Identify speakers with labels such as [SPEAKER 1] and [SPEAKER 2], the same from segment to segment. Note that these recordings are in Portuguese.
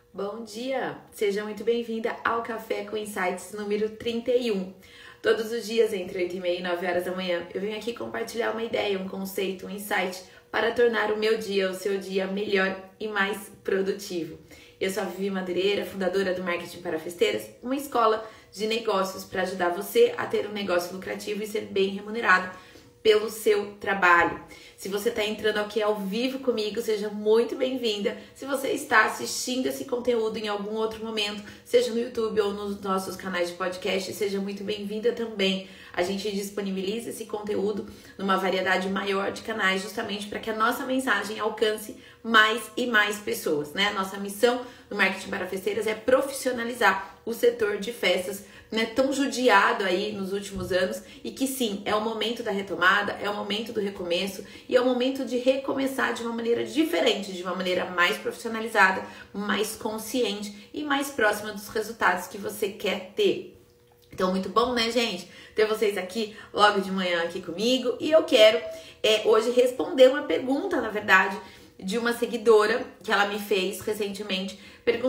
[SPEAKER 1] Bom dia! Seja muito bem-vinda ao Café com Insights número 31. Todos os dias, entre 8h30 e 9 horas da manhã, eu venho aqui compartilhar uma ideia, um conceito, um insight para tornar o meu dia, o seu dia, melhor e mais produtivo. Eu sou a Vivi Madureira, fundadora do Marketing para Festeiras, uma escola de negócios para ajudar você a ter um negócio lucrativo e ser bem remunerado pelo seu trabalho. Se você está entrando aqui ao vivo comigo, seja muito bem-vinda. Se você está assistindo esse conteúdo em algum outro momento, seja no YouTube ou nos nossos canais de podcast, seja muito bem-vinda também. A gente disponibiliza esse conteúdo numa variedade maior de canais, justamente para que a nossa mensagem alcance mais e mais pessoas, né? Nossa missão no Marketing para Festeiras é profissionalizar o setor de festas, né, tão judiado aí nos últimos anos, e que sim, é o momento da retomada, é o momento do recomeço e é o momento de recomeçar de uma maneira diferente, de uma maneira mais profissionalizada, mais consciente e mais próxima dos resultados que você quer ter. Então, muito bom, né, gente? Ter vocês aqui logo de manhã aqui comigo. E eu quero hoje responder uma pergunta, na verdade, de uma seguidora que ela me fez recentemente,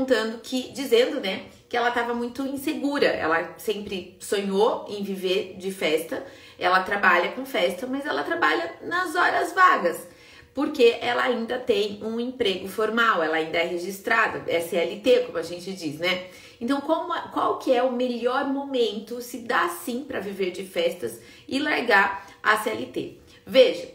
[SPEAKER 1] dizendo, né, que ela estava muito insegura. Ela sempre sonhou em viver de festa, ela trabalha com festa, mas ela trabalha nas horas vagas, porque ela ainda tem um emprego formal, ela ainda é registrada, é CLT, como a gente diz, né? Então, qual que é o melhor momento, se dá sim para viver de festas e largar a CLT? Veja,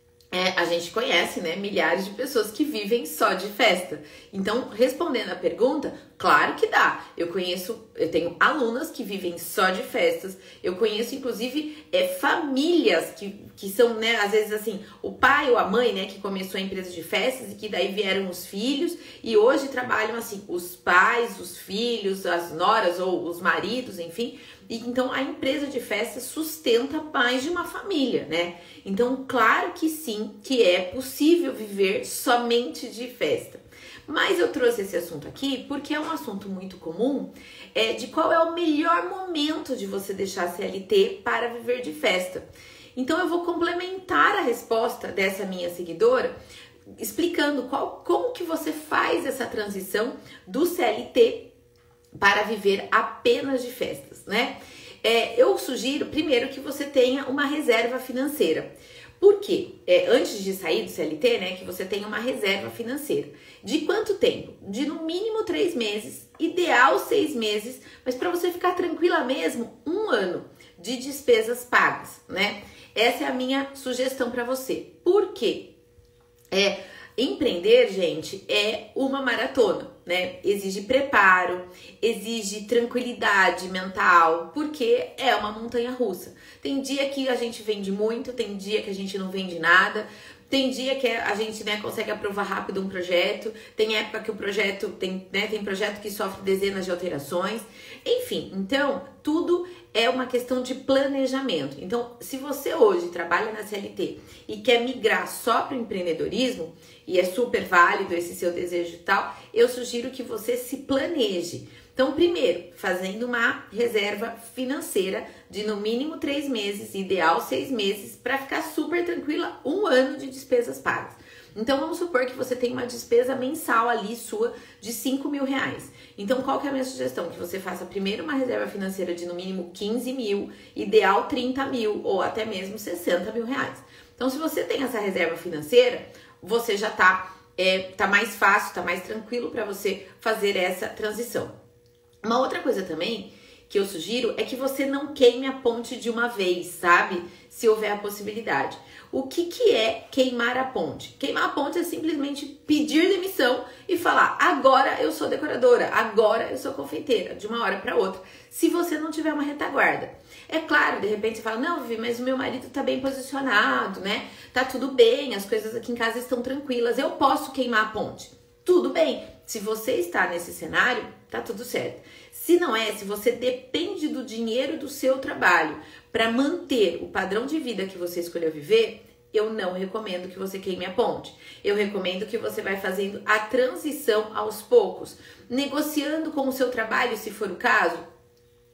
[SPEAKER 1] a gente conhece, né, milhares de pessoas que vivem só de festa. Então, respondendo a pergunta, claro que dá. Eu tenho alunas que vivem só de festas. Eu conheço, inclusive, famílias que são, né, às vezes assim, o pai ou a mãe, né, que começou a empresa de festas e que daí vieram os filhos e hoje trabalham assim, os pais, os filhos, as noras ou os maridos, enfim. E então a empresa de festas sustenta mais de uma família, né? Então, claro que sim, que é possível viver somente de festa. Mas eu trouxe esse assunto aqui porque é um assunto muito comum, de qual é o melhor momento de você deixar a CLT para viver de festa. Então eu vou complementar a resposta dessa minha seguidora, explicando como que você faz essa transição do CLT para viver apenas de festas, né? Eu sugiro primeiro que você tenha uma reserva financeira. Por quê? Antes de sair do CLT, né, que você tenha uma reserva financeira. De quanto tempo? De no mínimo 3 meses, ideal 6 meses, mas para você ficar tranquila mesmo, 1 ano de despesas pagas, né? Essa é a minha sugestão para você. Por quê? Empreender, gente, é uma maratona, né? Exige preparo, exige tranquilidade mental, porque é uma montanha-russa. Tem dia que a gente vende muito, tem dia que a gente não vende nada, tem dia que a gente, né, consegue aprovar rápido um projeto, tem época que o projeto tem projeto que sofre dezenas de alterações, enfim, então tudo é uma questão de planejamento. Então, se você hoje trabalha na CLT e quer migrar só para o empreendedorismo, e é super válido esse seu desejo e tal, eu sugiro que você se planeje. Então, primeiro, fazendo uma reserva financeira de no mínimo 3 meses, ideal 6 meses, para ficar super tranquila, 1 ano de despesas pagas. Então, vamos supor que você tem uma despesa mensal ali sua de R$5.000. Então, qual que é a minha sugestão? Que você faça primeiro uma reserva financeira de no mínimo 15 mil, ideal 30 mil ou até mesmo 60 mil reais. Então, se você tem essa reserva financeira, você já tá mais fácil, tá mais tranquilo para você fazer essa transição. Uma outra coisa também que eu sugiro é que você não queime a ponte de uma vez, sabe? Se houver a possibilidade. O que é queimar a ponte? Queimar a ponte é simplesmente pedir demissão e falar: agora eu sou decoradora, agora eu sou confeiteira, de uma hora para outra, se você não tiver uma retaguarda. É claro, de repente você fala: não, Vivi, mas o meu marido tá bem posicionado, né? Tá tudo bem, as coisas aqui em casa estão tranquilas, eu posso queimar a ponte. Tudo bem, se você está nesse cenário, tá tudo certo. Se não é, se você depende do dinheiro do seu trabalho para manter o padrão de vida que você escolheu viver, eu não recomendo que você queime a ponte. Eu recomendo que você vai fazendo a transição aos poucos, negociando com o seu trabalho, se for o caso,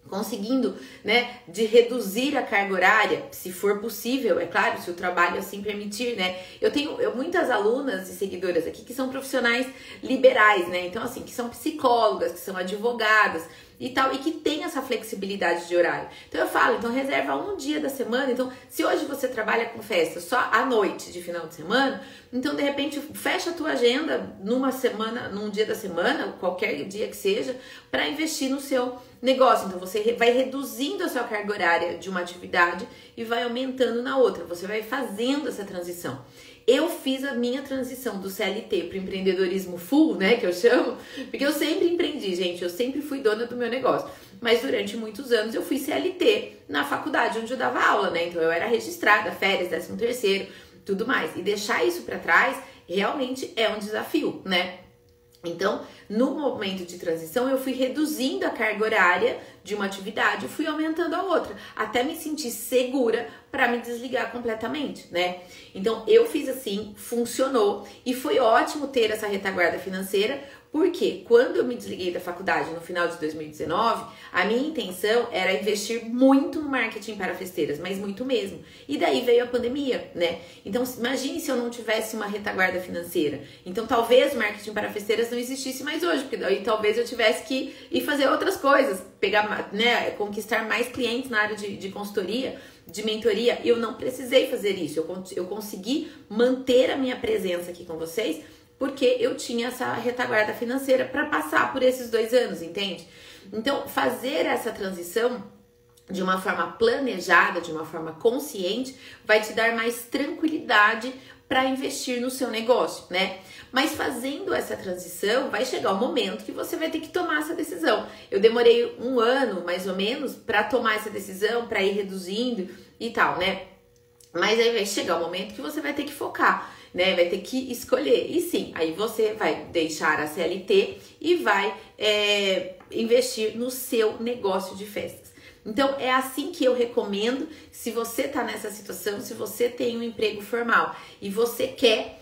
[SPEAKER 1] conseguindo, né, de reduzir a carga horária, se for possível, é claro, se o trabalho assim permitir, né? Eu tenho muitas alunas e seguidoras aqui que são profissionais liberais, né? Então, assim, que são psicólogas, que são advogadas e tal, e que tem essa flexibilidade de horário. Então eu falo, então reserva um dia da semana. Então, se hoje você trabalha com festa só à noite de final de semana, então de repente fecha a tua agenda numa semana, num dia da semana, qualquer dia que seja, para investir no seu negócio. Então você vai reduzindo a sua carga horária de uma atividade e vai aumentando na outra. Você vai fazendo essa transição. Eu fiz a minha transição do CLT para o empreendedorismo full, né, que eu chamo, porque eu sempre empreendi, gente, eu sempre fui dona do meu negócio. Mas durante muitos anos eu fui CLT na faculdade onde eu dava aula, né? Então eu era registrada, férias, 13º, tudo mais. E deixar isso para trás realmente é um desafio, né? Então, no momento de transição, eu fui reduzindo a carga horária de uma atividade e fui aumentando a outra, até me sentir segura para me desligar completamente, né? Então, eu fiz assim, funcionou e foi ótimo ter essa retaguarda financeira, porque quando eu me desliguei da faculdade no final de 2019, a minha intenção era investir muito no marketing para festeiras, mas muito mesmo. E daí veio a pandemia, né? Então, imagine se eu não tivesse uma retaguarda financeira. Então, talvez o marketing para festeiras não existisse mais hoje, porque daí talvez eu tivesse que ir fazer outras coisas, pegar, né, conquistar mais clientes na área de consultoria, de mentoria. E eu não precisei fazer isso. Eu consegui manter a minha presença aqui com vocês, porque eu tinha essa retaguarda financeira para passar por esses 2 anos, entende? Então, fazer essa transição de uma forma planejada, de uma forma consciente, vai te dar mais tranquilidade para investir no seu negócio, né? Mas fazendo essa transição, vai chegar o momento que você vai ter que tomar essa decisão. Eu demorei 1 ano, mais ou menos, para tomar essa decisão, para ir reduzindo e tal, né? Mas aí vai chegar o momento que você vai ter que focar, né? Vai ter que escolher. E sim, aí você vai deixar a CLT e vai investir no seu negócio de festas. Então, é assim que eu recomendo, se você tá nessa situação, se você tem um emprego formal e você quer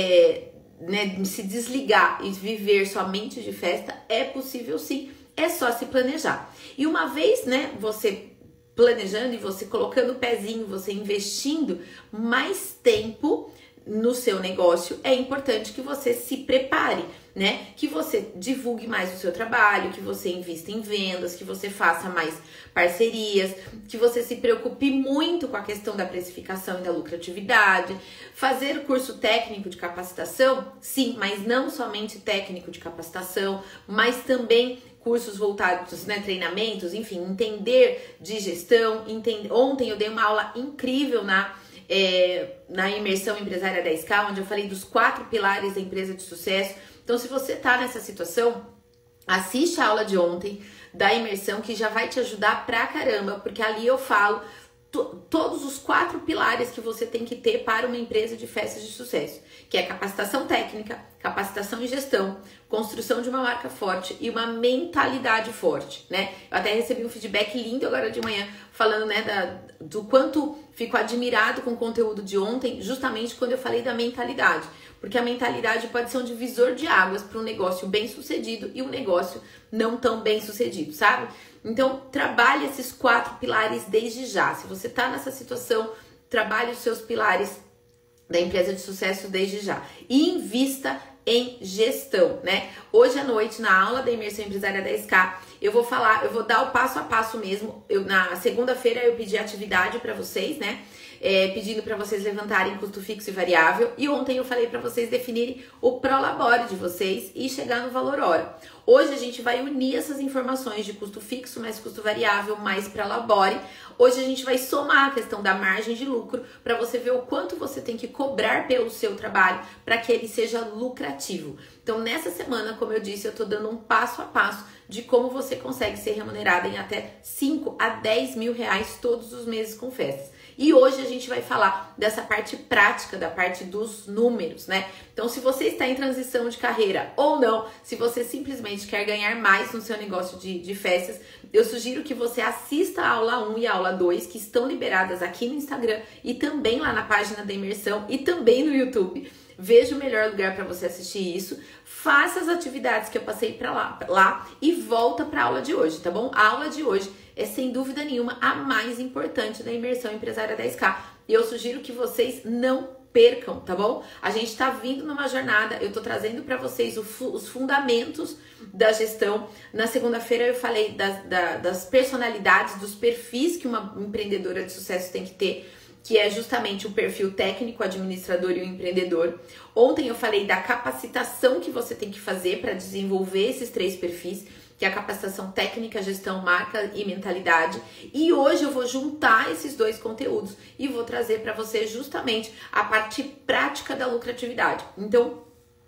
[SPEAKER 1] né, se desligar e viver somente de festa, é possível sim, é só se planejar. E uma vez, né, você planejando e você colocando o pezinho, você investindo mais tempo no seu negócio, é importante que você se prepare, né? Que você divulgue mais o seu trabalho, que você invista em vendas, que você faça mais parcerias, que você se preocupe muito com a questão da precificação e da lucratividade. Fazer curso técnico de capacitação, sim, mas não somente técnico de capacitação, mas também cursos voltados, né, treinamentos, enfim, entender de gestão. Ontem eu dei uma aula incrível na imersão empresária 10K, onde eu falei dos 4 pilares da empresa de sucesso. Então, se você tá nessa situação, assiste a aula de ontem da imersão, que já vai te ajudar pra caramba, porque ali eu falo todos os 4 pilares que você tem que ter para uma empresa de festas de sucesso, que é capacitação técnica, capacitação em gestão, construção de uma marca forte e uma mentalidade forte, né? Eu até recebi um feedback lindo agora de manhã, falando, né, do quanto fico admirado com o conteúdo de ontem, justamente quando eu falei da mentalidade, porque a mentalidade pode ser um divisor de águas para um negócio bem sucedido e um negócio não tão bem sucedido, sabe? Então, trabalhe esses 4 pilares desde já. Se você tá nessa situação, trabalhe os seus pilares da empresa de sucesso desde já. E invista em gestão, né? Hoje à noite, na aula da Imersão Empresária 10K, eu vou dar o passo a passo mesmo. Na segunda-feira eu pedi atividade para vocês, né? Pedindo para vocês levantarem custo fixo e variável. E ontem eu falei para vocês definirem o prolabore de vocês e chegar no valor hora. Hoje a gente vai unir essas informações de custo fixo, mais custo variável, mais prolabore. Hoje a gente vai somar a questão da margem de lucro para você ver o quanto você tem que cobrar pelo seu trabalho para que ele seja lucrativo. Então, nessa semana, como eu disse, eu tô dando um passo a passo de como você consegue ser remunerada em até 5 a 10 mil reais todos os meses com festas. E hoje a gente vai falar dessa parte prática, da parte dos números, né? Então, se você está em transição de carreira ou não, se você simplesmente quer ganhar mais no seu negócio de festas, eu sugiro que você assista a aula 1 e a aula 2, que estão liberadas aqui no Instagram e também lá na página da imersão e também no YouTube. Veja o melhor lugar para você assistir isso. Faça as atividades que eu passei para lá e volta para a aula de hoje, tá bom? A aula de hoje é sem dúvida nenhuma a mais importante da imersão empresária 10K. E eu sugiro que vocês não percam, tá bom? A gente tá vindo numa jornada, eu tô trazendo para vocês os fundamentos da gestão. Na segunda-feira eu falei das personalidades, dos perfis que uma empreendedora de sucesso tem que ter, que é justamente o perfil técnico, administrador e o empreendedor. Ontem eu falei da capacitação que você tem que fazer para desenvolver esses 3 perfis, que é a capacitação técnica, gestão, marca e mentalidade. E hoje eu vou juntar esses 2 conteúdos e vou trazer para você justamente a parte prática da lucratividade. Então,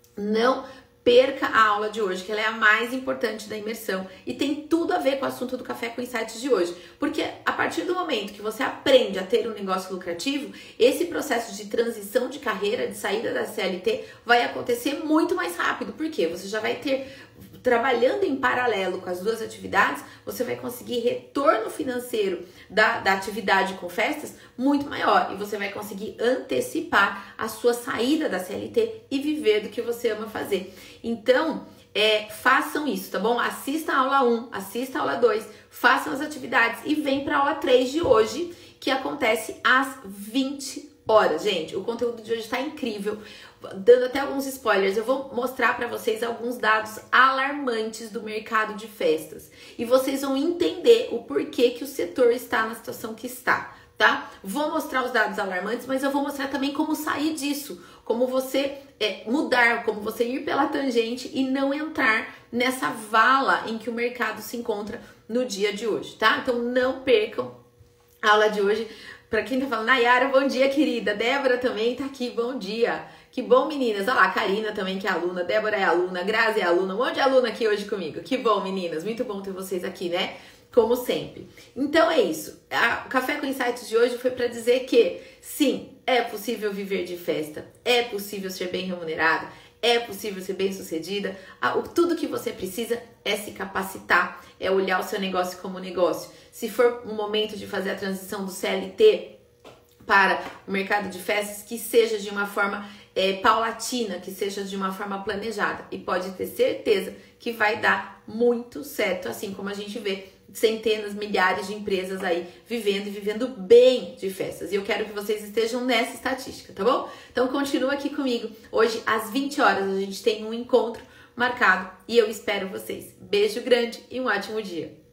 [SPEAKER 1] não perca a aula de hoje, que ela é a mais importante da imersão e tem tudo a ver com o assunto do Café com Insights de hoje. Porque a partir do momento que você aprende a ter um negócio lucrativo, esse processo de transição de carreira, de saída da CLT, vai acontecer muito mais rápido. Porque você já vai ter, trabalhando em paralelo com as 2 atividades, você vai conseguir retorno financeiro da atividade com festas muito maior. E você vai conseguir antecipar a sua saída da CLT e viver do que você ama fazer. Então, façam isso, tá bom? Assista a aula 1, assista a aula 2, façam as atividades e vem para a aula 3 de hoje, que acontece às 20 horas. Gente, o conteúdo de hoje está incrível. Dando até alguns spoilers, eu vou mostrar para vocês alguns dados alarmantes do mercado de festas. E vocês vão entender o porquê que o setor está na situação que está, tá? Vou mostrar os dados alarmantes, mas eu vou mostrar também como sair disso. Como você mudar, como você ir pela tangente e não entrar nessa vala em que o mercado se encontra no dia de hoje, tá? Então não percam a aula de hoje. Para quem tá falando, Nayara, bom dia, querida. Débora também tá aqui, bom dia. Que bom, meninas. Olha lá, Karina também que é aluna, Débora é aluna, Grazi é aluna, um monte de aluna aqui hoje comigo. Que bom, meninas. Muito bom ter vocês aqui, né? Como sempre. Então é isso. O Café com Insights de hoje foi para dizer que, sim, é possível viver de festa, é possível ser bem remunerada, é possível ser bem sucedida. Tudo que você precisa é se capacitar, é olhar o seu negócio como negócio. Se for um momento de fazer a transição do CLT para o mercado de festas, que seja de uma forma paulatina, que seja de uma forma planejada. E pode ter certeza que vai dar muito certo, assim como a gente vê centenas, milhares de empresas aí vivendo e vivendo bem de festas. E eu quero que vocês estejam nessa estatística, tá bom? Então continua aqui comigo. Hoje, às 20 horas, a gente tem um encontro marcado e eu espero vocês. Beijo grande e um ótimo dia!